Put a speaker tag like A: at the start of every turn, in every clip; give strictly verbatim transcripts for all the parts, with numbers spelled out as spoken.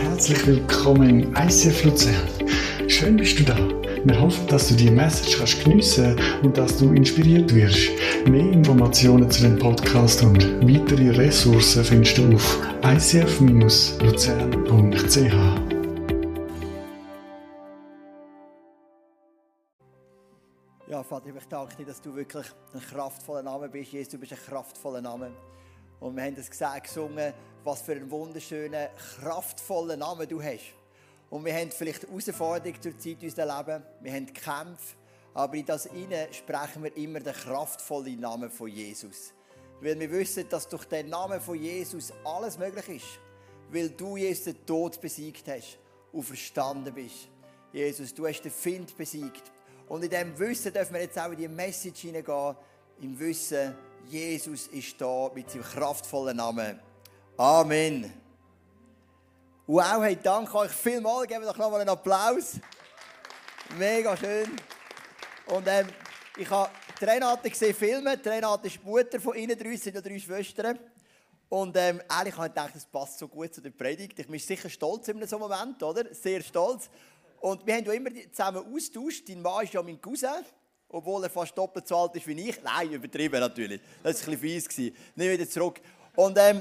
A: Herzlich willkommen im I C F Luzern. Schön bist du da. Wir hoffen, dass du die Message kannst geniessen und dass du inspiriert wirst. Mehr Informationen zu dem Podcast und weitere Ressourcen findest du auf i c f dash luzern punkt c h.
B: Ja, Vater, ich danke dir, dass du wirklich ein kraftvoller Name bist. Jesus, du bist ein kraftvoller Name. Und wir haben das gesagt, gesungen, was für einen wunderschönen, kraftvollen Namen du hast. Und wir haben vielleicht Herausforderungen zur Zeit in unserem Leben. Wir haben Kämpfe. Aber in das hinein sprechen wir immer den kraftvollen Namen von Jesus. Weil wir wissen, dass durch den Namen von Jesus alles möglich ist. Weil du, Jesus, den Tod besiegt hast und verstanden bist. Jesus, du hast den Find besiegt. Und in diesem Wissen dürfen wir jetzt auch in die Message hineingehen. Im Wissen, Jesus ist da mit seinem kraftvollen Namen. Amen. Wow, hey, danke euch vielmals. Geben wir doch nochmal einen Applaus. Mega schön. Und ähm, ich habe Renate gesehen filmen. Renate ist die Mutter von ihnen drei, sind ja drei Schwestern. Und ähm, ehrlich habe ich gedacht, das passt so gut zu der Predigt. Ich bin sicher stolz in so einem Moment, oder? Sehr stolz. Und wir haben ja immer zusammen austauscht. Dein Mann ist ja mein Cousin, obwohl er fast doppelt so alt ist wie ich. Nein, übertrieben natürlich. Das war ein bisschen fies. Nicht wieder zurück. Und ähm,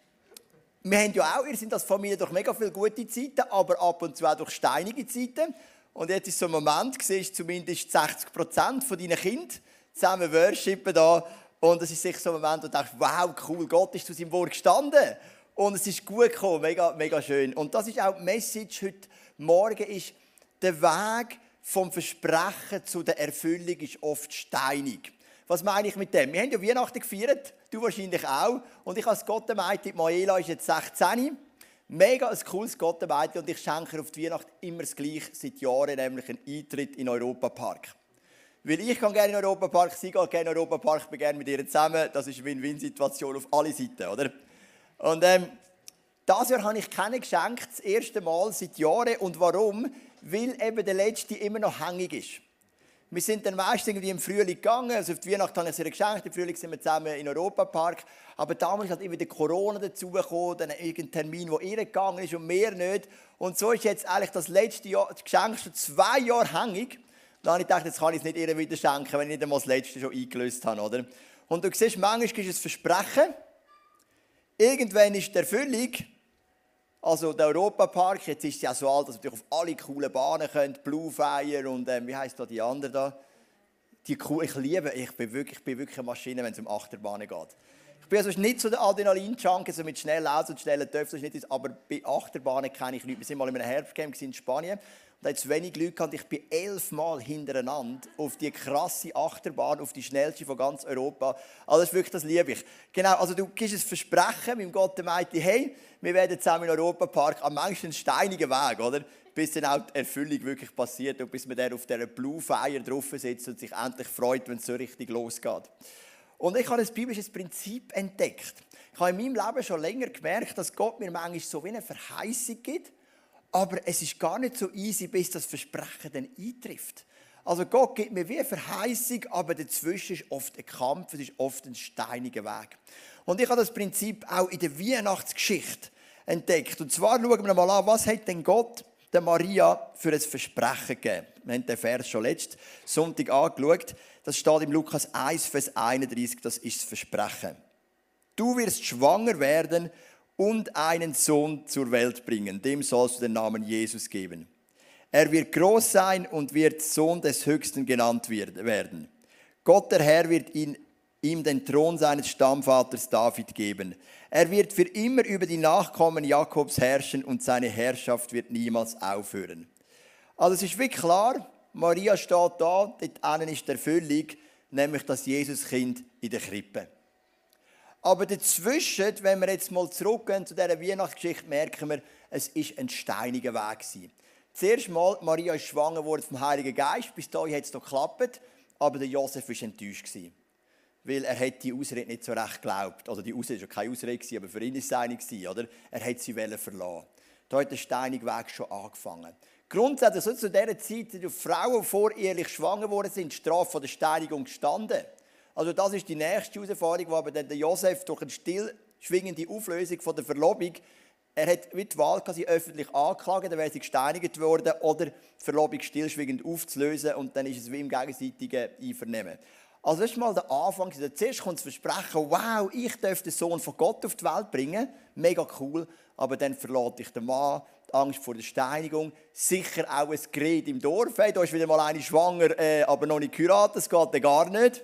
B: wir haben ja auch, ihr seid als Familie durch mega viele gute Zeiten, aber ab und zu auch durch steinige Zeiten. Und jetzt ist so ein Moment, siehst zumindest sechzig Prozent von deinen Kindern zusammen worshipen da. Und es ist sicher so ein Moment, wo du denkst, wow, cool, Gott ist zu seinem Wort gestanden. Und es ist gut gekommen, mega, mega schön. Und das ist auch die Message heute Morgen, ist, der Weg vom Versprechen zu der Erfüllung ist oft steinig. Was meine ich mit dem? Wir haben ja Weihnachten gefeiert, du wahrscheinlich auch. Und ich als Gottemeite, Maela ist jetzt sechzehn. Mega ein cooles Gottemeite und ich schenke auf die Weihnacht immer das Gleiche seit Jahren, nämlich einen Eintritt in den Europapark. Weil ich kann gerne in den Europapark, sie geht gerne in den Europapark, ich bin gerne mit ihr zusammen. Das ist eine Win-Win-Situation auf alle Seiten, oder? Und ähm, dieses Jahr habe ich keinen geschenkt, das erste Mal seit Jahren. Und warum? Weil eben der letzte immer noch hängig ist. Wir sind dann meist irgendwie im Frühling gegangen, also auf die Weihnacht habe ich es ihr geschenkt, im Frühling sind wir zusammen in den Europapark. Aber damals ist halt immer der Corona dazugekommen, dann irgendein Termin, der ihr gegangen ist und mehr nicht. Und so ist jetzt eigentlich das letzte Jahr, das Geschenk schon zwei Jahre hängig. Dann habe ich gedacht, jetzt kann ich es nicht ihr wieder schenken, wenn ich nicht einmal das letzte schon eingelöst habe, oder? Und du siehst, manchmal ist es Versprechen. Irgendwann ist die Erfüllung. Also der Europapark, jetzt ist es ja so alt, dass wir auf alle coolen Bahnen können, Blue Fire und ähm, wie heisst da die andere da? Die cool, ich liebe, ich bin wirklich, ich bin wirklich eine Maschine, wenn es um Achterbahnen geht. Ich bin also nicht so der Adrenalin-Junkie, so mit schnellen Autos und schnellen Töpfen, aber bei Achterbahnen kenne ich Leute. Wir sind mal in einem Herbstcamp in Spanien und da hat es wenig Leute gehabt. Ich bin elfmal hintereinander auf die krasse Achterbahn, auf die schnellste von ganz Europa. Also das ist wirklich, das liebe ich. Genau, also du gibst ein Versprechen meinem Gott, der meinte, hey, wir werden zusammen im Europapark am manchmal einen steinigen Weg, oder? Bis dann auch die Erfüllung wirklich passiert und bis man dann auf dieser Blue Fire drauf sitzt und sich endlich freut, wenn es so richtig losgeht. Und ich habe ein biblisches Prinzip entdeckt. Ich habe in meinem Leben schon länger gemerkt, dass Gott mir manchmal so wie eine Verheißung gibt, aber es ist gar nicht so easy, bis das Versprechen dann eintrifft. Also Gott gibt mir wie eine Verheißung, aber dazwischen ist oft ein Kampf, es ist oft ein steiniger Weg. Und ich habe das Prinzip auch in der Weihnachtsgeschichte entdeckt. Und zwar schauen wir mal an, was hat denn Gott der Maria für ein Versprechen gegeben. Wir haben den Vers schon letzten Sonntag angeschaut. Das steht im Lukas eins, Vers einunddreißig, das ist das Versprechen. Du wirst schwanger werden und einen Sohn zur Welt bringen. Dem sollst du den Namen Jesus geben. Er wird groß sein und wird Sohn des Höchsten genannt werden. Gott, der Herr, wird ihn, ihm den Thron seines Stammvaters David geben. Er wird für immer über die Nachkommen Jakobs herrschen und seine Herrschaft wird niemals aufhören. Also es ist wirklich klar, Maria steht da, dort ist die Erfüllung, nämlich das Jesuskind in der Krippe. Aber dazwischen, wenn wir jetzt mal zurückgehen zu dieser Weihnachtsgeschichte, merken wir, es war ein steiniger Weg. Zuerst mal, Maria ist schwanger geworden vom Heiligen Geist, bis dahin hat es noch geklappt, aber der Josef war enttäuscht. Weil er hat die Ausrede nicht so recht geglaubt. Also die Ausrede war keine Ausrede, aber für ihn war es eine, oder? Er hat sie verlassen. Da hat der steinige Weg schon angefangen. Grundsätzlich, so zu dieser Zeit, sind die Frauen, die vorehelich schwanger geworden sind, die Strafe von der Steinigung gestanden. Also das ist die nächste Herausforderung, wo aber dann der Josef durch eine stillschwingende Auflösung von der Verlobung Er hat wie die Wahl, sie öffentlich anklagen, dann wäre sie gesteinigt worden, oder die Verlobung stillschweigend aufzulösen und dann ist es wie im gegenseitigen Einvernehmen. Also das ist mal der Anfang. Zuerst kommt das Versprechen, wow, ich darf den Sohn von Gott auf die Welt bringen. Mega cool. Aber dann verlässt dich der Mann, die Angst vor der Steinigung. Sicher auch ein Gerät im Dorf. Hey, da ist wieder mal eine schwanger, äh, aber noch nicht geheiratet. Das geht dann gar nicht.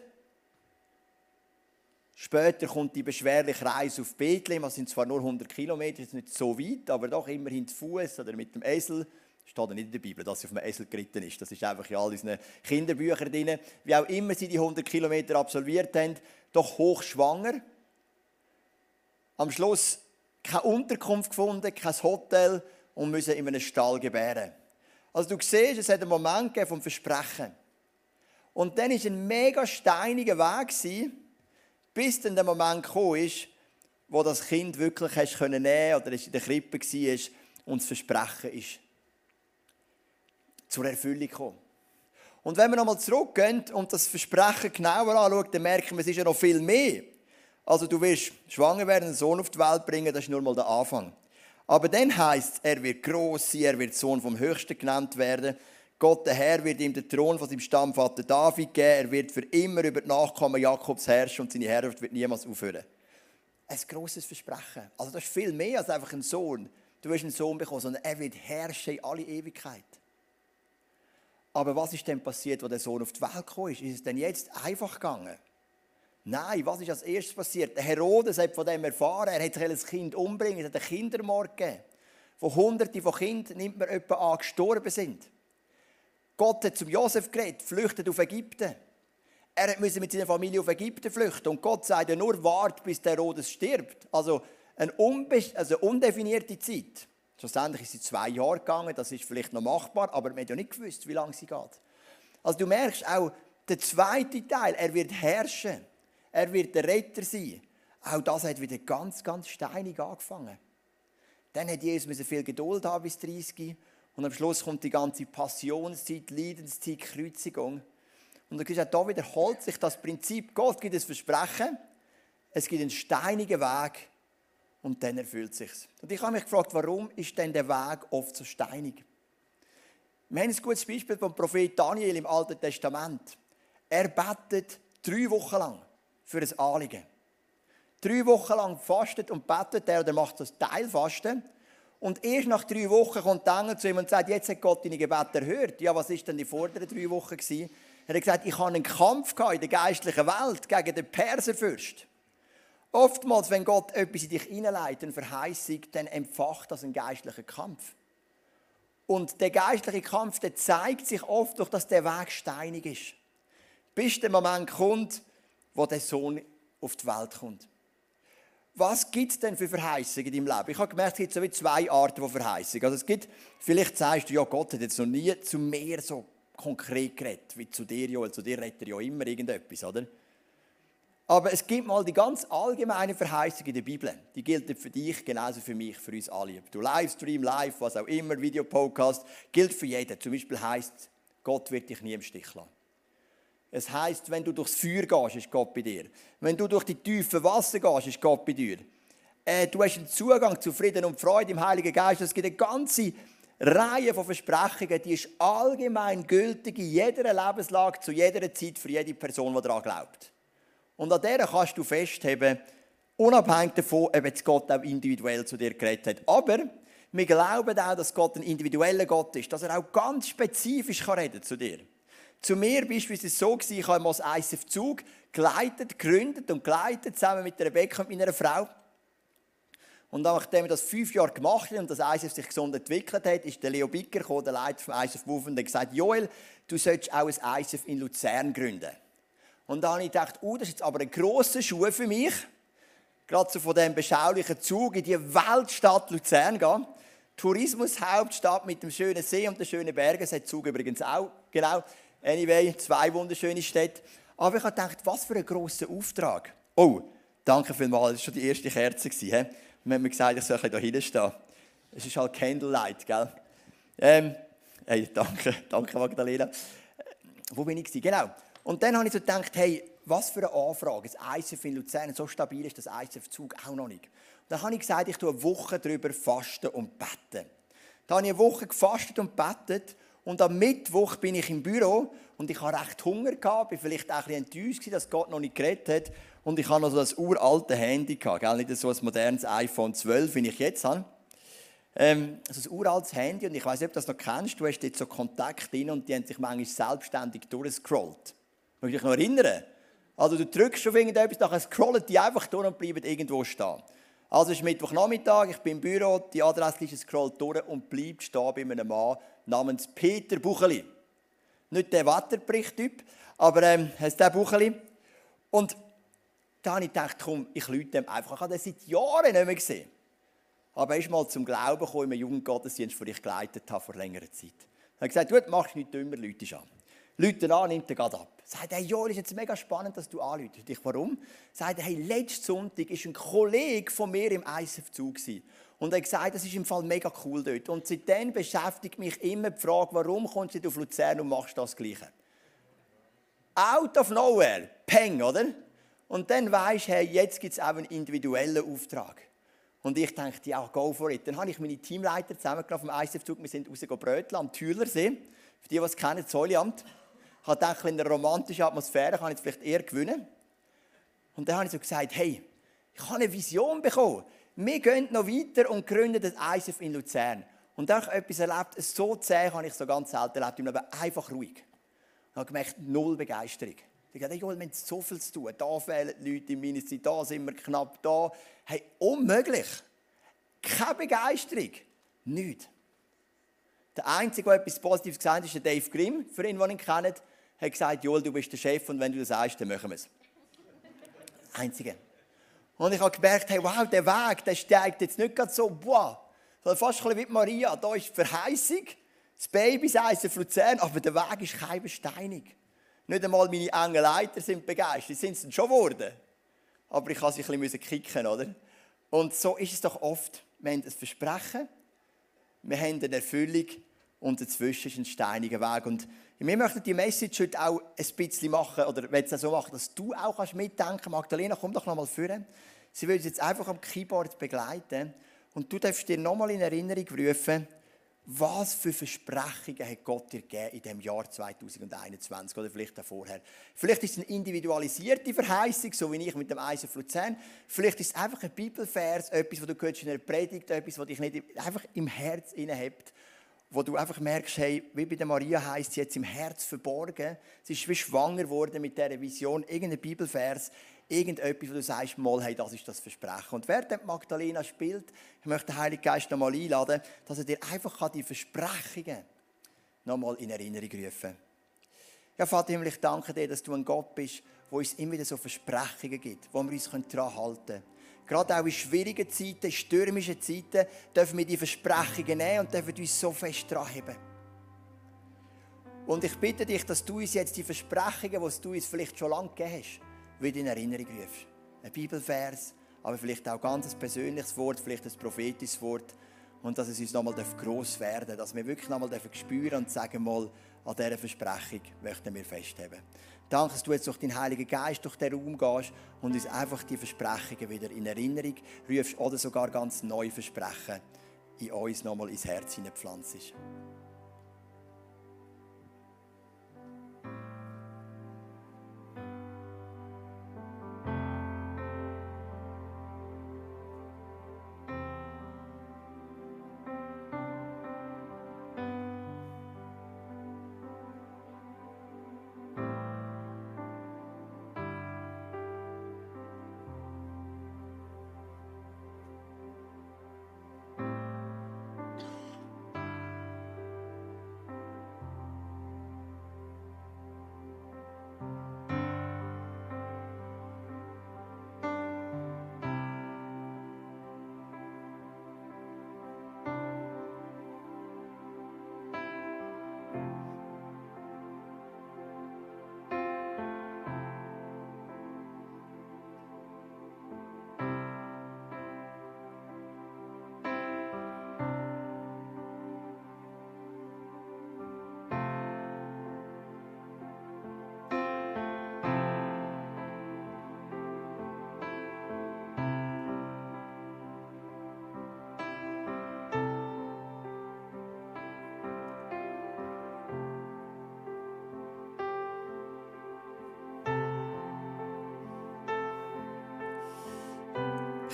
B: Später kommt die beschwerliche Reise auf Bethlehem. Das sind zwar nur hundert Kilometer, das ist nicht so weit, aber doch immerhin zu Fuß oder mit dem Esel. Steht nicht in der Bibel, dass sie auf dem Esel geritten ist. Das ist einfach in all unseren Kinderbüchern drin. Wie auch immer sie die hundert Kilometer absolviert haben, doch hochschwanger. Am Schluss keine Unterkunft gefunden, kein Hotel und müssen in einem Stall gebären. Also du siehst, es hat einen Moment gegeben vom Versprechen. Und dann war es ein mega steiniger Weg, bis dann der Moment gekommen ist, wo das Kind wirklich hast nehmen konntest oder es in der Krippe war und das Versprechen ist zur Erfüllung gekommen. Und wenn wir nochmal zurückgehen und das Versprechen genauer anschauen, dann merken wir, es ist ja noch viel mehr. Also du wirst schwanger werden, einen Sohn auf die Welt bringen, das ist nur mal der Anfang. Aber dann heisst es, er wird gross sein, er wird Sohn vom Höchsten genannt werden. Gott, der Herr, wird ihm den Thron von seinem Stammvater David geben. Er wird für immer über die Nachkommen Jakobs herrschen und seine Herrschaft wird niemals aufhören. Ein grosses Versprechen. Also das ist viel mehr als einfach ein Sohn. Du wirst einen Sohn bekommen, sondern er wird herrschen in alle Ewigkeit. Aber was ist denn passiert, als der Sohn auf die Welt gekommen ist? Ist es denn jetzt einfach gegangen? Nein, was ist als erstes passiert? Der Herodes hat von dem erfahren, er hat das Kind umbringen, es hat einen Kindermord gegeben. Von Hunderten von Kindern nimmt man jemanden an, gestorben sind. Gott hat zum Josef geredet, flüchtet auf Ägypten. Er musste mit seiner Familie auf Ägypten flüchten. Und Gott sagt ja nur, wart, bis der Herodes stirbt. Also eine, unbe- also eine undefinierte Zeit. Schlussendlich ist sie zwei Jahre gegangen, das ist vielleicht noch machbar, aber man hat ja nicht gewusst, wie lange sie geht. Also du merkst auch, der zweite Teil, er wird herrschen, er wird der Retter sein. Auch das hat wieder ganz, ganz steinig angefangen. Dann hat Jesus viel Geduld haben bis dreißig und am Schluss kommt die ganze Passionszeit, Leidenszeit, Kreuzigung. Und du siehst, auch da wiederholt sich das Prinzip, Gott gibt ein Versprechen, es gibt einen steinigen Weg, und dann erfüllt es sich. Und ich habe mich gefragt, warum ist denn der Weg oft so steinig? Wir haben ein gutes Beispiel vom Prophet Daniel im Alten Testament. Er betet drei Wochen lang für ein Anliegen. Drei Wochen lang fastet und betet er, oder macht das Teilfasten. Und erst nach drei Wochen kommt der Engel zu ihm und sagt, jetzt hat Gott deine Gebete erhört. Ja, was ist denn die vorderen drei Wochen gewesen? Er hat gesagt, ich hatte einen Kampf in der geistlichen Welt gegen den Perserfürst. Oftmals, wenn Gott etwas in dich hineinleitet, eine Verheißung, dann empfacht das einen geistlichen Kampf. Und der geistliche Kampf, der zeigt sich oft durch, dass der Weg steinig ist. Bis der Moment kommt, wo der Sohn auf die Welt kommt. Was gibt es denn für Verheißungen in deinem Leben? Ich habe gemerkt, es gibt so wie zwei Arten von Verheißungen. Also es gibt, vielleicht sagst du, ja, Gott hat jetzt noch nie zu mir so konkret geredet, wie zu dir, Joel. Zu dir redet er ja immer irgendetwas, oder? Aber es gibt mal die ganz allgemeine Verheißung in der Bibel. Die gilt für dich, genauso für mich, für uns alle. Ob du Livestream, live, was auch immer, Videopodcast, gilt für jeden. Zum Beispiel heisst es, Gott wird dich nie im Stich lassen. Es heisst, wenn du durchs Feuer gehst, ist Gott bei dir. Wenn du durch die tiefen Wasser gehst, ist Gott bei dir. Äh, du hast einen Zugang zu Frieden und Freude im Heiligen Geist. Es gibt eine ganze Reihe von Versprechungen, die ist allgemein gültig in jeder Lebenslage, zu jeder Zeit, für jede Person, die daran glaubt. Und an der kannst du festheben, unabhängig davon, ob jetzt Gott auch individuell zu dir geredet hat. Aber wir glauben auch, dass Gott ein individueller Gott ist, dass er auch ganz spezifisch reden kann zu dir. Zu mir beispielsweise so gewesen, ich habe mal das I C E F-Zug geleitet, gegründet und geleitet, zusammen mit Rebecca und meiner Frau. Und nachdem wir das fünf Jahre gemacht haben und das I C E F sich gesund entwickelt hat, ist der Leo Bicker gekommen, der Leiter vom I C E F Move, und hat gesagt, Joel, du solltest auch ein I C E F in Luzern gründen. Und da habe ich gedacht, oh, das ist jetzt aber ein grosser Schuh für mich, gerade so von diesem beschaulichen Zug in die Weltstadt Luzern gehen. Tourismushauptstadt mit dem schönen See und den schönen Bergen, das hat Zug übrigens auch, genau. Anyway, zwei wunderschöne Städte. Aber ich habe gedacht, was für ein grosser Auftrag. Oh, danke vielmals, das war schon die erste Kerze. He? Und man hat mir gesagt, ich soll da hinten stehen. Es ist halt Candlelight, gell? Ähm, hey, danke, danke Magdalena. Wo bin ich? Genau. Und dann habe ich so gedacht, hey, was für eine Anfrage. Das I C E F in Luzern, so stabil ist das I C E F-Zug auch noch nicht. Dann habe ich gesagt, ich tue eine Woche darüber fasten und beten. Dann habe ich eine Woche gefastet und betet. Und am Mittwoch bin ich im Büro und ich hatte recht Hunger gehabt, bin vielleicht auch ein bisschen enttäuscht, dass Gott noch nicht geredet hat. Und ich hatte noch so das uralte Handy gehabt, gell? Nicht so ein modernes iPhone zwölf, wie ich jetzt habe. Ähm, also ein uraltes Handy, und ich weiss nicht, ob du das noch kennst. Du hast dort so Kontakte drin und die haben sich manchmal selbstständig durchgescrollt. Kannst du dich noch erinnern? Also du drückst auf irgendetwas, dann scrollen die einfach durch und bleiben irgendwo stehen. Also es ist Mittwochnachmittag, ich bin im Büro, die Adressliste scrollt durch und bleibt stehen bei einem Mann namens Peter Bucheli. Nicht der Wetterbericht-Typ, aber ähm, heißt der Bucheli. Und da habe ich gedacht, komm, ich rufe dem einfach. Ich habe den seit Jahren nicht mehr gesehen. Aber er ist mal zum Glauben gekommen, im Jugendgottesdienst, den ich geleitet habe vor längerer Zeit. Er hat gesagt, du machst nicht dümmer, Leute an. Leute an, nimmt er gerade ab. Sagt, hey Joel, ist jetzt mega spannend, dass du anrufst. Ich, warum? Sagt er, hey, letzten Sonntag war ein Kollege von mir im I S F-Zug. Und er hat gesagt, das ist im Fall mega cool dort. Und seitdem beschäftigt mich immer die Frage, warum kommst du auf Luzern und machst das Gleiche? Out of nowhere. Peng, oder? Und dann weisst du, hey, jetzt gibt es auch einen individuellen Auftrag. Und ich dachte, ja, go for it. Dann habe ich meine Teamleiter zusammengebracht vom I S F-Zug. Wir sind raus bröteln am Thülersee. Für die, die es kennen, das Säuliamt. Ich habe gedacht, in einer romantischen Atmosphäre kann ich jetzt vielleicht eher gewinnen. Und dann habe ich so gesagt, hey, ich habe eine Vision bekommen. Wir gehen noch weiter und gründen das I S F in Luzern. Und dann habe ich etwas erlebt, so zäh habe ich so ganz selten erlebt, im Leben einfach ruhig. Ich habe gemerkt, null Begeisterung. Ich dachte, hey, wir haben so viel zu tun. Da fehlen die Leute im Ministry, da sind wir knapp da. Hey, unmöglich. Keine Begeisterung. Nichts. Der Einzige, der etwas Positives gesagt hat, ist der Dave Grimm. Für ihn, den ihn kennt, hat gesagt, Joel, du bist der Chef und wenn du das sagst, dann machen wir es. Einzige. Und ich habe gemerkt, hey, wow, der Weg, der steigt jetzt nicht gerade so, wow, sondern fast ein bisschen wie Maria. Da ist die Verheißung, das Baby ist auf Luzern, aber der Weg ist keine Besteinung. Nicht einmal meine engen Leiter sind begeistert, sind es schon geworden. Aber ich musste ein bisschen kicken, oder? Und so ist es doch oft. Wir haben ein Versprechen, wir haben eine Erfüllung und dazwischen ist ein steiniger Weg. Und wir möchten die Message heute auch ein bisschen machen, oder wollen es auch so machen, dass du auch mitdenken kannst. Magdalena, komm doch noch mal vor. Sie will uns jetzt einfach am Keyboard begleiten. Und du darfst dir noch mal in Erinnerung rufen, was für Versprechungen hat Gott dir gegeben in dem Jahr zwanzig einundzwanzig oder vielleicht auch vorher. Vielleicht ist es eine individualisierte Verheißung, so wie ich mit dem I S F Luzern. Vielleicht ist es einfach ein Bibelvers, etwas, was du hörst in einer Predigt, etwas, was dich nicht einfach im Herz innehat, wo du einfach merkst, hey, wie bei der Maria heisst es jetzt im Herz verborgen. Sie ist wie schwanger geworden mit dieser Vision, irgendein Bibelvers, irgendetwas, wo du sagst, mal, hey, das ist das Versprechen. Und während Magdalena spielt, ich möchte den Heiligen Geist noch mal einladen, dass er dir einfach die Versprechungen noch mal in Erinnerung rufen kann. Ja, Vater Himmel, ich danke dir, dass du ein Gott bist, der uns immer wieder so Versprechungen gibt, wo wir uns daran halten können. Gerade auch in schwierigen Zeiten, in stürmischen Zeiten, dürfen wir die Versprechungen nehmen und dürfen uns so fest dran heben. Und ich bitte dich, dass du uns jetzt die Versprechungen, die du uns vielleicht schon lange gegeben hast, wieder in Erinnerung rufst. Ein Bibelvers, aber vielleicht auch ganz ein persönliches Wort, vielleicht ein prophetisches Wort. Und dass es uns nochmal gross werden darf, dass wir wirklich nochmal spüren und sagen mal, an dieser Versprechung möchten wir festhalten. Danke, dass du jetzt durch deinen Heiligen Geist durch den Raum gehst und uns einfach die Versprechungen wieder in Erinnerung rufst oder sogar ganz neue Versprechen in uns nochmal ins Herz hineinpflanzt.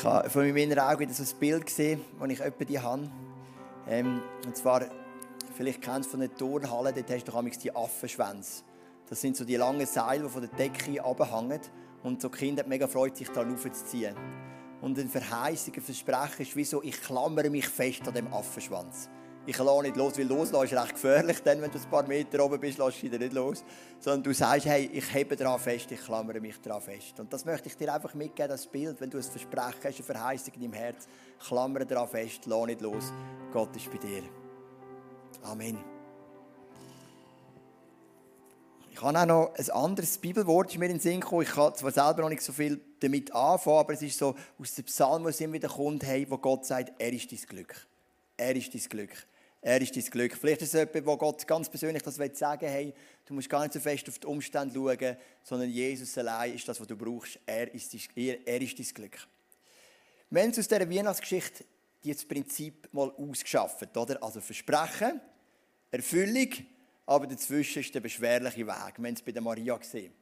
B: Ich habe von meinem inneren Auge wieder so ein Bild gesehen, das ich etwa die habe. Ähm, und zwar, vielleicht kennst du von der Turnhalle, dort hast du doch die Affenschwänze. Das sind so die langen Seile, die von der Decke runterhängen. Und so die Kinder haben mega Freude, sich da raufzuziehen. Und ein Verheißung, ein Versprechen ist wie so, ich klammere mich fest an dem Affenschwanz. Ich lasse nicht los, weil loslassen ist recht gefährlich, dann, wenn du ein paar Meter oben bist, lässt du wieder nicht los. Sondern du sagst, hey, ich hebe daran fest, ich klammere mich daran fest. Und das möchte ich dir einfach mitgeben, das Bild, wenn du ein Versprechen hast, eine Verheißung in deinem Herz, klammere daran fest, lass nicht los, Gott ist bei dir. Amen. Ich habe auch noch ein anderes Bibelwort, ist mir in den Sinn gekommen. Ich kann zwar selber noch nicht so viel damit anfangen, aber es ist so aus dem Psalm, wo es immer wieder kommt, hey, wo Gott sagt, er ist dein Glück. Er ist dein Glück. Er ist dein Glück. Vielleicht ist es jemand, wo Gott ganz persönlich das sagen will, hey, du musst gar nicht so fest auf die Umstände schauen, sondern Jesus allein ist das, was du brauchst. Er ist dein, er, er ist dein Glück. Wir haben uns aus dieser Weihnachtsgeschichte das Prinzip mal ausgeschafft, oder? Also Versprechen, Erfüllung, aber dazwischen ist der beschwerliche Weg. Wir haben es bei der Maria gesehen.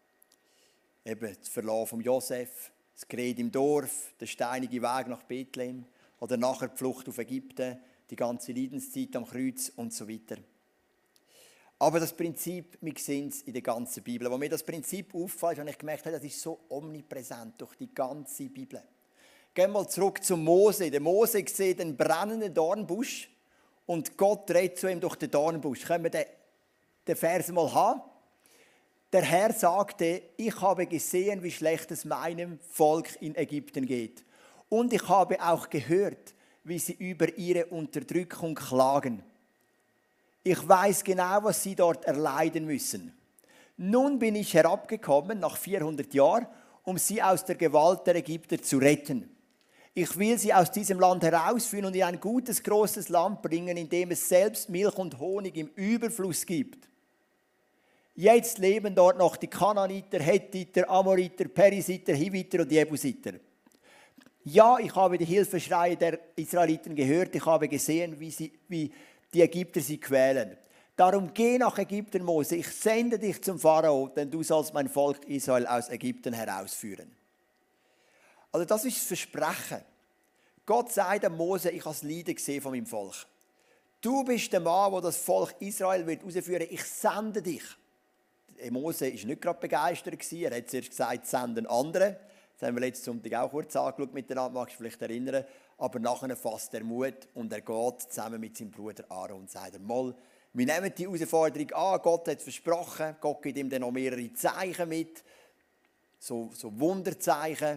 B: Eben das Verlassen von Josef, das Gerede im Dorf, der steinige Weg nach Bethlehem oder nachher die Flucht auf Ägypten, die ganze Leidenszeit am Kreuz und so weiter. Aber das Prinzip, wir sehen es in der ganzen Bibel. Als mir das Prinzip aufgefallen ist, habe ich gemerkt, das ist so omnipräsent durch die ganze Bibel. Gehen wir mal zurück zu Mose. Der Mose sieht einen brennenden Dornbusch und Gott redet zu ihm durch den Dornbusch. Können wir den, den Vers mal haben? Der Herr sagte, ich habe gesehen, wie schlecht es meinem Volk in Ägypten geht. Und ich habe auch gehört, wie sie über ihre Unterdrückung klagen. Ich weiß genau, was sie dort erleiden müssen. Nun bin ich herabgekommen, nach vierhundert Jahren, um sie aus der Gewalt der Ägypter zu retten. Ich will sie aus diesem Land herausführen und in ein gutes, großes Land bringen, in dem es selbst Milch und Honig im Überfluss gibt. Jetzt leben dort noch die Kanaaniter, Hethiter, Amoriter, Perisiter, Hiviter und Jebusiter. Ja, ich habe die Hilfeschreie der Israeliten gehört, ich habe gesehen, wie, sie, wie die Ägypter sie quälen. Darum geh nach Ägypten, Mose, ich sende dich zum Pharao, denn du sollst mein Volk Israel aus Ägypten herausführen. Also das ist das Versprechen. Gott sagt dem Mose, ich habe das Leiden gesehen von meinem Volk. Du bist der Mann, der das Volk Israel wird herausführen wird. Ich sende dich. Mose war nicht gerade begeistert. Er hat zuerst gesagt, senden andere. Das haben wir letzten Sonntag auch kurz angeschaut miteinander, magst du dich vielleicht erinnern. Aber nachher fasst er Mut und er geht zusammen mit seinem Bruder Aaron und sagt, mal, wir nehmen die Herausforderung an, Gott hat es versprochen, Gott gibt ihm dann noch mehrere Zeichen mit, so, so Wunderzeichen.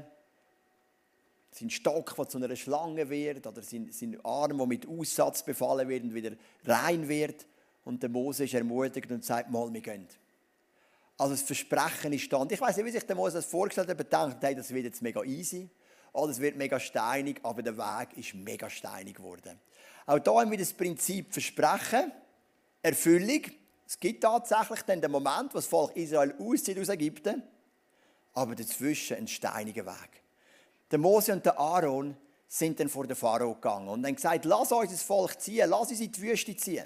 B: Sein Stock, der zu einer Schlange wird, oder sein, sein Arm, der mit Aussatz befallen wird und wieder rein wird. Und der Mose ist ermutigt und sagt, mal, wir gehen. Also das Versprechen ist stand. Ich weiß nicht, wie sich der Mose das vorgestellt hat, aber denkt, hey, das wird jetzt mega easy, alles wird mega steinig, aber der Weg ist mega steinig geworden. Auch da haben wir das Prinzip Versprechen, Erfüllung. Es gibt tatsächlich dann den Moment, wo das Volk Israel auszieht aus Ägypten, aber dazwischen ein steiniger Weg. Der Mose und der Aaron sind dann vor den Pharao gegangen und haben gesagt, lass uns das Volk ziehen, lass uns in die Wüste ziehen.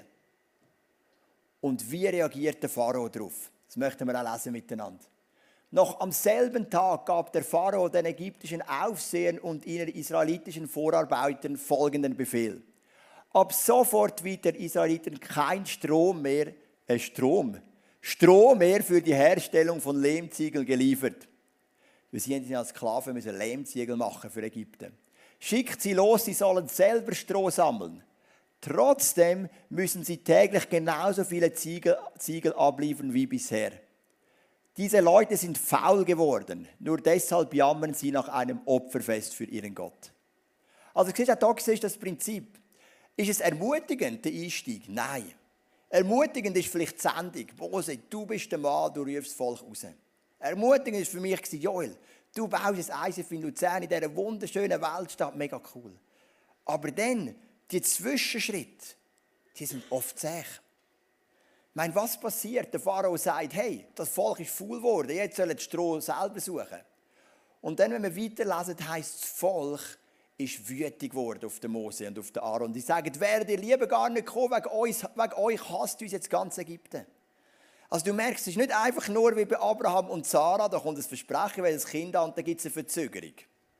B: Und wie reagiert der Pharao darauf? Das möchten wir auch lesen miteinander. Noch am selben Tag gab der Pharao den ägyptischen Aufsehern und ihren israelitischen Vorarbeitern folgenden Befehl. Ab sofort wird der Israeliten kein Strom mehr, äh Strom, Stroh mehr für die Herstellung von Lehmziegeln geliefert. Wir sind als Sklaven, müssen Lehmziegel machen für Ägypten. Schickt sie los, sie sollen selber Stroh sammeln. Trotzdem müssen sie täglich genauso viele Ziegel, Ziegel abliefern wie bisher. Diese Leute sind faul geworden, nur deshalb jammern sie nach einem Opferfest für ihren Gott. Also siehst du, auch da ist das Prinzip. Ist es ermutigend, der Einstieg? Nein. Ermutigend ist vielleicht die Sendung. Mose, du bist der Mann, du rufst das Volk raus. Ermutigend war für mich, Joel, du baust ein I C F in Luzern in dieser wunderschönen Weltstadt, mega cool. Aber dann, die Zwischenschritte, die sind oft zäh. Ich meine, was passiert? Der Pharao sagt, hey, das Volk ist faul geworden, jetzt sollen die Stroh selber suchen. Und dann, wenn wir weiterlesen, heisst das Volk ist wütig geworden auf den Mose und auf den Aaron. Die sagen, wäre dir lieber gar nicht gekommen, wegen, uns, wegen euch hasst uns jetzt ganz Ägypten. Also du merkst, es ist nicht einfach nur wie bei Abraham und Sarah, da kommt ein Versprechen, weil das Kind an, und dann gibt es eine Verzögerung.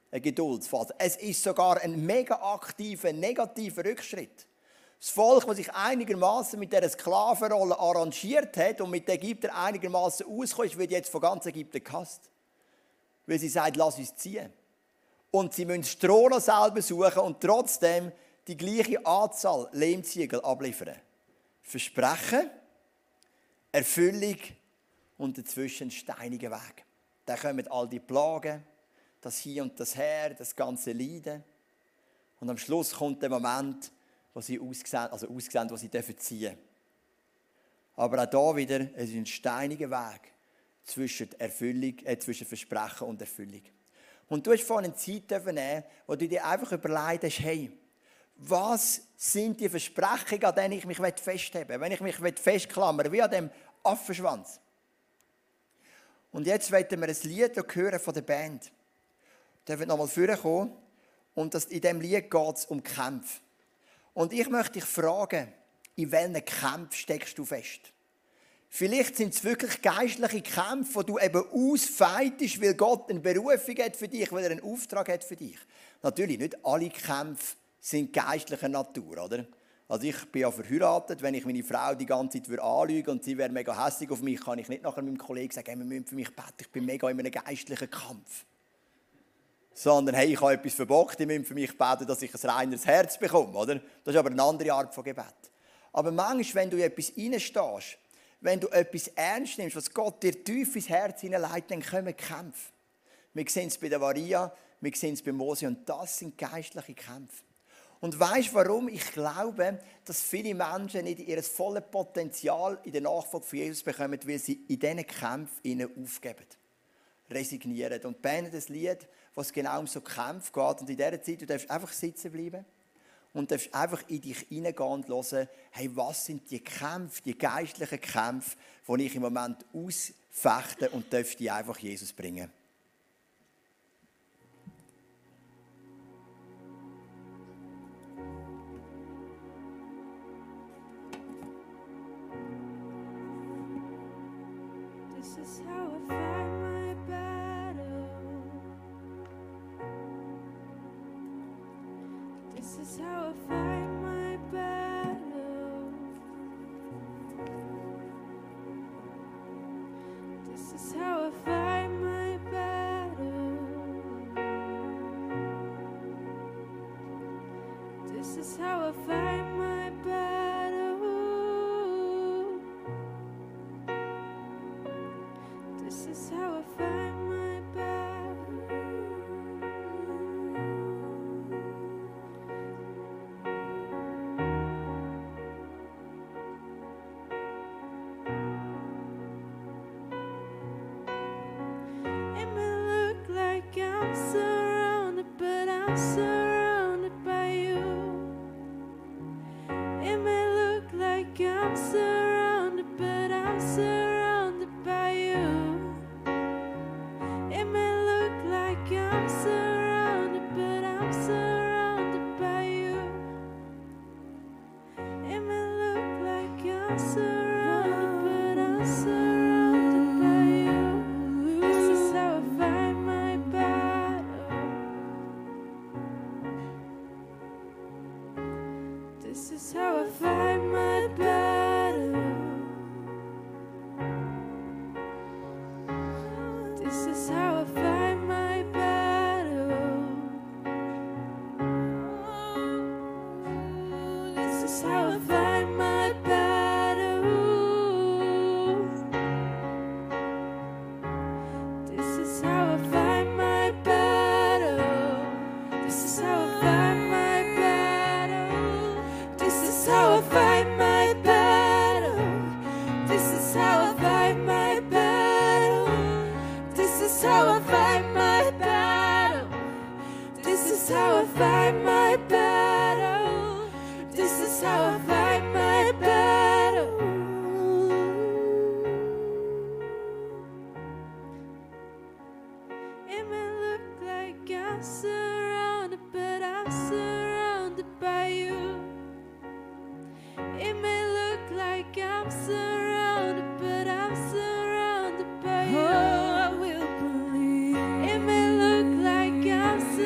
B: eine Geduldsphase. Es ist sogar ein mega aktiver, negativer Rückschritt. Das Volk, das sich einigermaßen mit dieser Sklavenrolle arrangiert hat und mit den Ägyptern einigermaßen auskommt, wird jetzt von ganz Ägypten gehasst. Weil sie sagt, lass uns ziehen. Und sie müssen Stroh noch selber suchen und trotzdem die gleiche Anzahl Lehmziegel abliefern. Versprechen, Erfüllung und dazwischen ein steiniger Weg. Dann kommen all die Plagen, das Hier und das Her, das ganze Leiden. Und am Schluss kommt der Moment, wo sie ausgesehen, also ausgesehen, wo sie ziehen dürfen. Aber auch da wieder, es ist ein steiniger Weg zwischen, Erfüllung, äh, zwischen Versprechen und Erfüllung. Und du hast vorhin Zeit nehmen, wo du dir einfach überlegt hast, hey, was sind die Versprechungen, an denen ich mich festheben will, wenn ich mich festklammern wie an dem Affenschwanz. Und jetzt werden wir ein Lied hören von der Band. Da wird nochmal vorkommen. Und das, in diesem Lied geht es um Kämpfe. Und ich möchte dich fragen, in welchen Kämpfen steckst du fest? Vielleicht sind es wirklich geistliche Kämpfe, die du eben ausfeitest, weil Gott eine Berufung hat für dich, weil er einen Auftrag hat für dich. Natürlich, nicht alle Kämpfe sind geistlicher Natur, oder? Also ich bin ja verheiratet, wenn ich meine Frau die ganze Zeit anlüge und sie wäre mega hässlich auf mich, kann ich nicht nachher meinem Kollegen sagen, hey, wir müssen für mich beten, ich bin mega in einem geistlichen Kampf. Sondern, hey, ich habe etwas verbockt, ich muss für mich beten, dass ich ein reines Herz bekomme, oder? Das ist aber eine andere Art von Gebet. Aber manchmal, wenn du in etwas reinstehst, wenn du etwas ernst nimmst, was Gott dir tief ins Herz hineinlegt, dann kommen Kämpfe. Wir sehen es bei der Maria, wir sehen es bei Mose und das sind geistliche Kämpfe. Und weißt du, warum? Ich glaube, dass viele Menschen nicht ihr volles Potenzial in der Nachfolge von Jesus bekommen, weil sie in diesen Kämpfen aufgeben, resignieren. Und beenden das Lied, was genau um so Kämpfe geht. Und in dieser Zeit, du darfst einfach sitzen bleiben und darfst einfach in dich hineingehen und hören, hey, was sind die Kämpfe, die geistlichen Kämpfe, die ich im Moment ausfechte und darfst die einfach Jesus bringen.
C: Oh, I will believe. It may look like I'm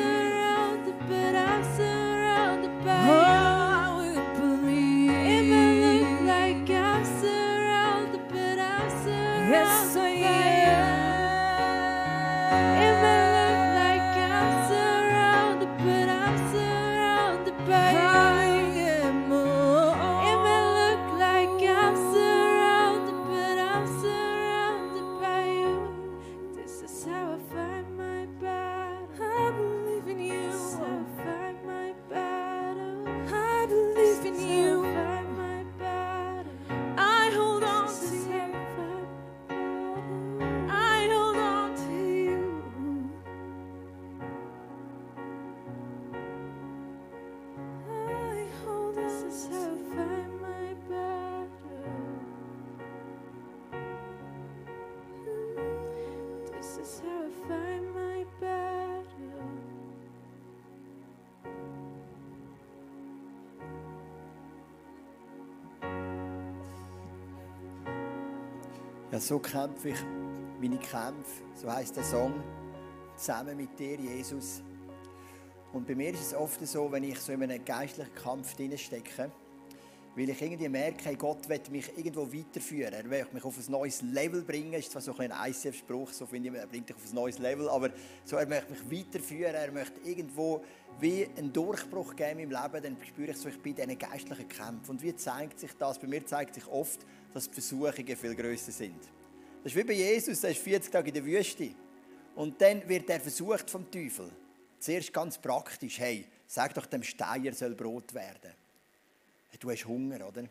B: Ja, so kämpfe ich meine Kämpfe, so heisst der Song, zusammen mit dir, Jesus. Und bei mir ist es oft so, wenn ich so in einem geistlichen Kampf drin stecke, weil ich irgendwie merke, hey, Gott will mich irgendwo weiterführen. Er will mich auf ein neues Level bringen. Das ist zwar so ein I C F-Spruch, so finde ich, er bringt dich auf ein neues Level, aber so, er möchte mich weiterführen, er möchte irgendwo wie einen Durchbruch geben im Leben, dann spüre ich so, ich bin in diesen geistlichen Kämpfen. Und wie zeigt sich das? Bei mir zeigt sich oft, dass die Versuchungen viel grösser sind. Das ist wie bei Jesus, der ist vierzig Tage in der Wüste. Und dann wird er versucht vom Teufel. Zuerst ganz praktisch, hey, sag doch dem Stein, er soll Brot werden. Du hast Hunger, oder?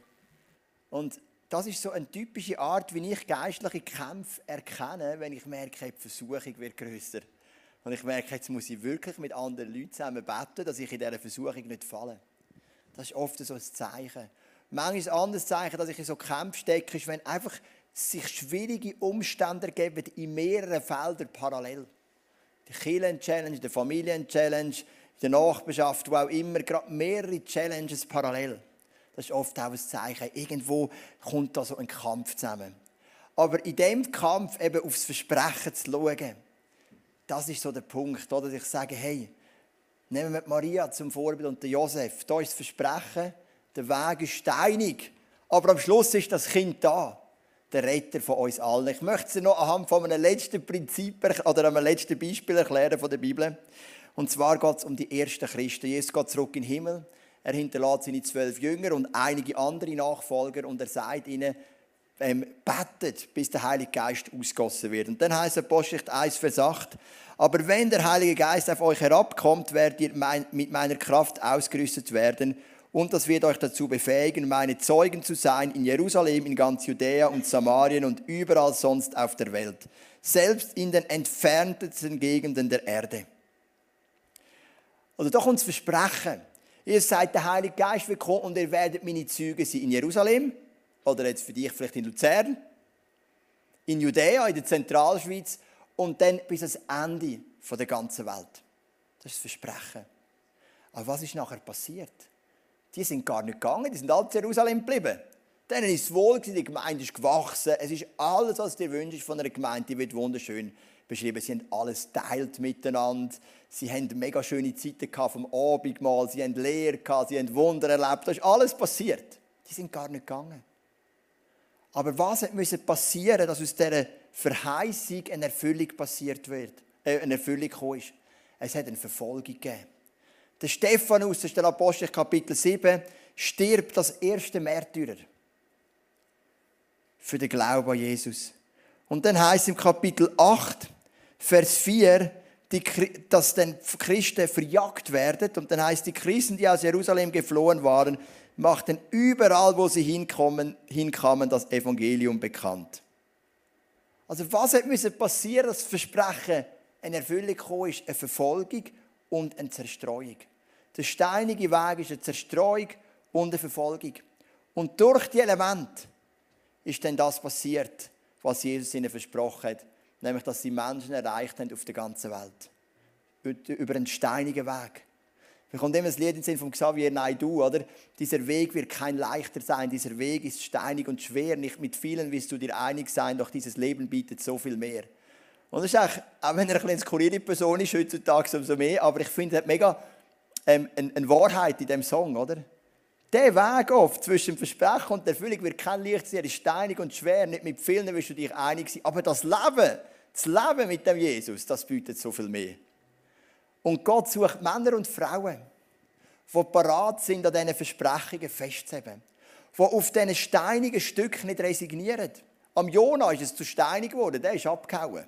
B: Und das ist so eine typische Art, wie ich geistliche Kämpfe erkenne, wenn ich merke, die Versuchung wird grösser. Und ich merke, jetzt muss ich wirklich mit anderen Leuten zusammen beten, dass ich in dieser Versuchung nicht falle. Das ist oft so ein Zeichen. Manchmal ein anderes Zeichen, dass ich in so Kämpfen stecke, ist, wenn einfach sich schwierige Umstände ergeben in mehreren Feldern parallel. Die Kirchen-Challenge, die Familien-Challenge, die Nachbarschaft, wo auch immer, gerade mehrere Challenges parallel. Das ist oft auch ein Zeichen. Irgendwo kommt da so ein Kampf zusammen. Aber in diesem Kampf eben aufs Versprechen zu schauen, das ist so der Punkt, oder? Dass ich sage, hey, nehmen wir Maria zum Vorbild und den Josef. Da ist das Versprechen, der Weg ist steinig. Aber am Schluss ist das Kind da, der Retter von uns allen. Ich möchte es dir noch anhand von einem letzten Prinzip oder einem letzten Beispiel erklären von der Bibel. Und zwar geht es um die ersten Christen. Jesus geht zurück in den Himmel. Er hinterlässt seine zwölf Jünger und einige andere Nachfolger und er sagt ihnen, ähm, betet, bis der Heilige Geist ausgossen wird. Und dann heißt es Apostelgeschichte eins, Vers acht, aber wenn der Heilige Geist auf euch herabkommt, werdet ihr mein, mit meiner Kraft ausgerüstet werden und das wird euch dazu befähigen, meine Zeugen zu sein in Jerusalem, in ganz Judäa und Samarien und überall sonst auf der Welt, selbst in den entferntesten Gegenden der Erde. Also da kommt das Versprechen. Ihr seid der Heilige Geist willkommen und ihr werdet meine Zeugen sein in Jerusalem oder jetzt für dich vielleicht in Luzern, in Judäa, in der Zentralschweiz und dann bis ans Ende der ganzen Welt. Das ist das Versprechen. Aber was ist nachher passiert? Die sind gar nicht gegangen, die sind alle in Jerusalem geblieben. Denen ist es wohl, die Gemeinde ist gewachsen. Es ist alles, was dir wünschst von einer Gemeinde, die wird wunderschön beschrieben. Sie haben alles geteilt miteinander. Sie haben mega schöne Zeiten vom Abendmahl. Sie haben Lehre gehabt, sie haben Wunder erlebt. Da ist alles passiert. Die sind gar nicht gegangen. Aber was musste passieren, dass aus dieser Verheißung eine Erfüllung passiert wird, äh, eine Erfüllung gekommen ist? Es hat eine Verfolgung gegeben. Der Stephanus, das ist der Apostel Kapitel sieben, stirbt als erster Märtyrer für den Glauben an Jesus. Und dann heißt es im Kapitel acht, Vers vier, die, dass dann Christen verjagt werden. Und dann heißt, die Christen, die aus Jerusalem geflohen waren, machten überall, wo sie hinkommen, hinkamen, das Evangelium bekannt. Also was musste passieren, dass das Versprechen eine Erfüllung gekommen ist? Eine Verfolgung und eine Zerstreuung. Der steinige Weg ist eine Zerstreuung und eine Verfolgung. Und durch die Elemente ist dann das passiert, was Jesus ihnen versprochen hat. Nämlich, dass sie Menschen erreicht haben auf der ganzen Welt. Über einen steinigen Weg. Wir kommt immer das Lied in den Sinn von Xavier Naidoo, oder? Dieser Weg wird kein leichter sein. Dieser Weg ist steinig und schwer. Nicht mit vielen wirst du dir einig sein, doch dieses Leben bietet so viel mehr. Und das ist auch, auch wenn er ein eine skurrile Person ist, heutzutage umso mehr, aber ich finde, er hat mega ähm, eine, eine Wahrheit in diesem Song, oder? Der Weg oft zwischen dem Versprechen und der Erfüllung wird kein leicht sein, er ist steinig und schwer, nicht mit vielen wirst du dich einig sein, aber das Leben, das Leben mit dem Jesus, das bietet so viel mehr. Und Gott sucht Männer und Frauen, die parat sind, an diesen Versprechungen festzuhalten, die auf diesen steinigen Stücken nicht resignieren. Am Jona ist es zu steinig geworden, der ist abgehauen.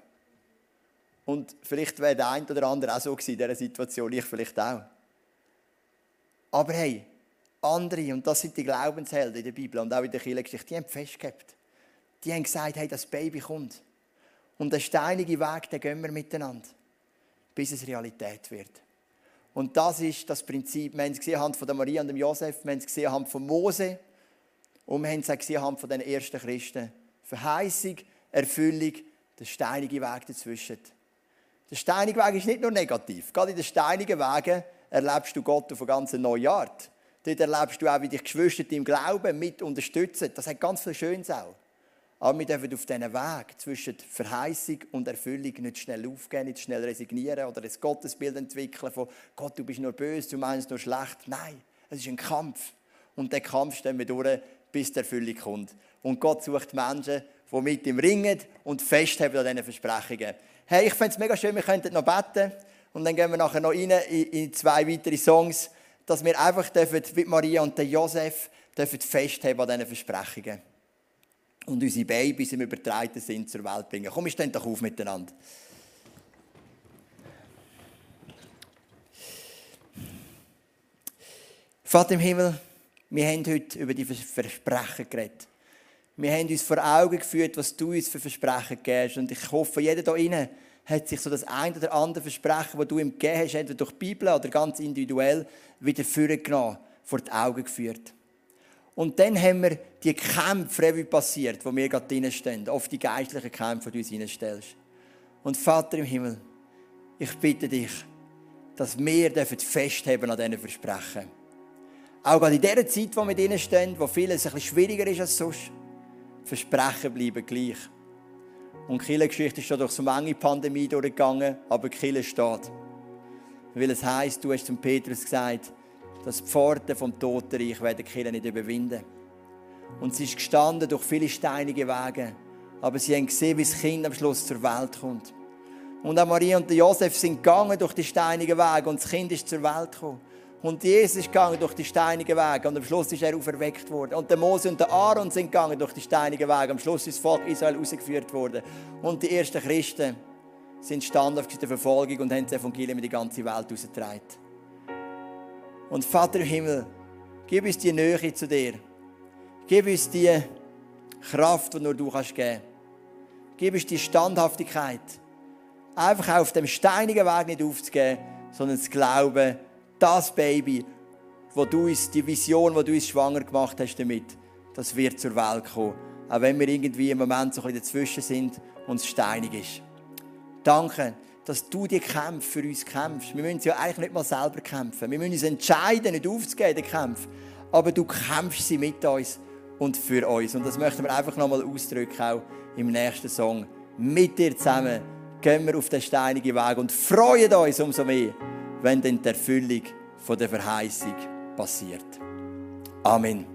B: Und vielleicht wäre der eine oder andere auch so gewesen in dieser Situation, ich vielleicht auch. Aber hey, andere, und das sind die Glaubenshelden in der Bibel und auch in der Kirchengeschichte, die haben festgehabt. Die haben gesagt, hey, das Baby kommt. Und den steinigen Weg, den gehen wir miteinander, bis es Realität wird. Und das ist das Prinzip. Wir haben es gesehen anhand von der Maria und dem Josef, wir haben es gesehen anhand von Mose und wir haben es auch gesehen anhand von den ersten Christen. Verheißung, Erfüllung, der steinige Weg dazwischen. Der steinige Weg ist nicht nur negativ. Gerade in den steinigen Wegen erlebst du Gott auf eine ganz neue Art. Dort erlebst du auch, wie dich Geschwister im Glauben mit unterstützen. Das hat ganz viel Schönes auch. Aber wir dürfen auf diesen Weg zwischen Verheißung und Erfüllung nicht schnell aufgeben, nicht schnell resignieren oder ein Gottesbild entwickeln von Gott, du bist nur böse, du meinst nur schlecht. Nein, es ist ein Kampf. Und diesen Kampf stehen wir durch, bis die Erfüllung kommt. Und Gott sucht Menschen, die mit ihm ringen und festhalten an diesen Versprechungen. Hey, ich fände es mega schön, wir könnten noch beten. Und dann gehen wir nachher noch rein in, in zwei weitere Songs, dass wir einfach dürfen, wie Maria und der Josef dürfen festhalten an diesen Versprechungen. Und unsere Babys im übertragenen Sinn zur Welt bringen. Komm, wir stehen doch auf miteinander. Vater im Himmel, wir haben heute über die Versprechen geredet. Wir haben uns vor Augen geführt, was du uns für Versprechen gibst. Und ich hoffe, jeder hier drin hat sich so das ein oder andere Versprechen, das du ihm gegeben hast, entweder durch die Bibel oder ganz individuell, wieder vorgenommen, vor die Augen geführt. Und dann haben wir die Kämpfe Revue passiert, wo wir gerade drinstehen. Oft die geistlichen Kämpfe, die du uns hineinstellst. Und Vater im Himmel, ich bitte dich, dass wir festhalten an diesen Versprechen. Auch gerade in dieser Zeit, wo wir drinstehen, wo vieles ein bisschen schwieriger ist als sonst, Versprechen bleiben gleich. Und die Kirchengeschichte ist schon durch so manche Pandemie durchgegangen, aber die Kirche steht. Weil es heisst, du hast zum Petrus gesagt, dass die Pforten vom Totenreich werden die Kirche nicht überwinden. Und sie ist gestanden durch viele steinige Wege, aber sie haben gesehen, wie das Kind am Schluss zur Welt kommt. Und auch Maria und Josef sind gegangen durch die steinigen Wege und das Kind ist zur Welt gekommen. Und Jesus ist gegangen durch die steinigen Wege und am Schluss ist er auferweckt worden. Und der Mose und der Aaron sind gegangen durch die steinigen Wege. Am Schluss ist das Volk Israel rausgeführt worden. Und die ersten Christen sind standhaft in der Verfolgung und haben das Evangelium in die ganze Welt rausgetragen. Und Vater im Himmel, gib uns die Nähe zu dir. Gib uns die Kraft, die nur du kannst geben. Gib uns die Standhaftigkeit. Einfach auf dem steinigen Weg nicht aufzugeben, sondern zu glauben, das Baby, wo du uns, die Vision, die du uns schwanger gemacht hast damit, das wird zur Welt kommen. Auch wenn wir irgendwie im Moment so ein bisschen dazwischen sind und es steinig ist. Danke, dass du die Kämpfe für uns kämpfst. Wir müssen ja eigentlich nicht mal selber kämpfen. Wir müssen uns entscheiden, nicht aufzugeben, den Kampf. Aber du kämpfst sie mit uns und für uns. Und das möchten wir einfach nochmal ausdrücken, auch im nächsten Song. Mit dir zusammen gehen wir auf den steinigen Weg und freuen uns umso mehr, wenn dann die Erfüllung von der Verheißung passiert. Amen.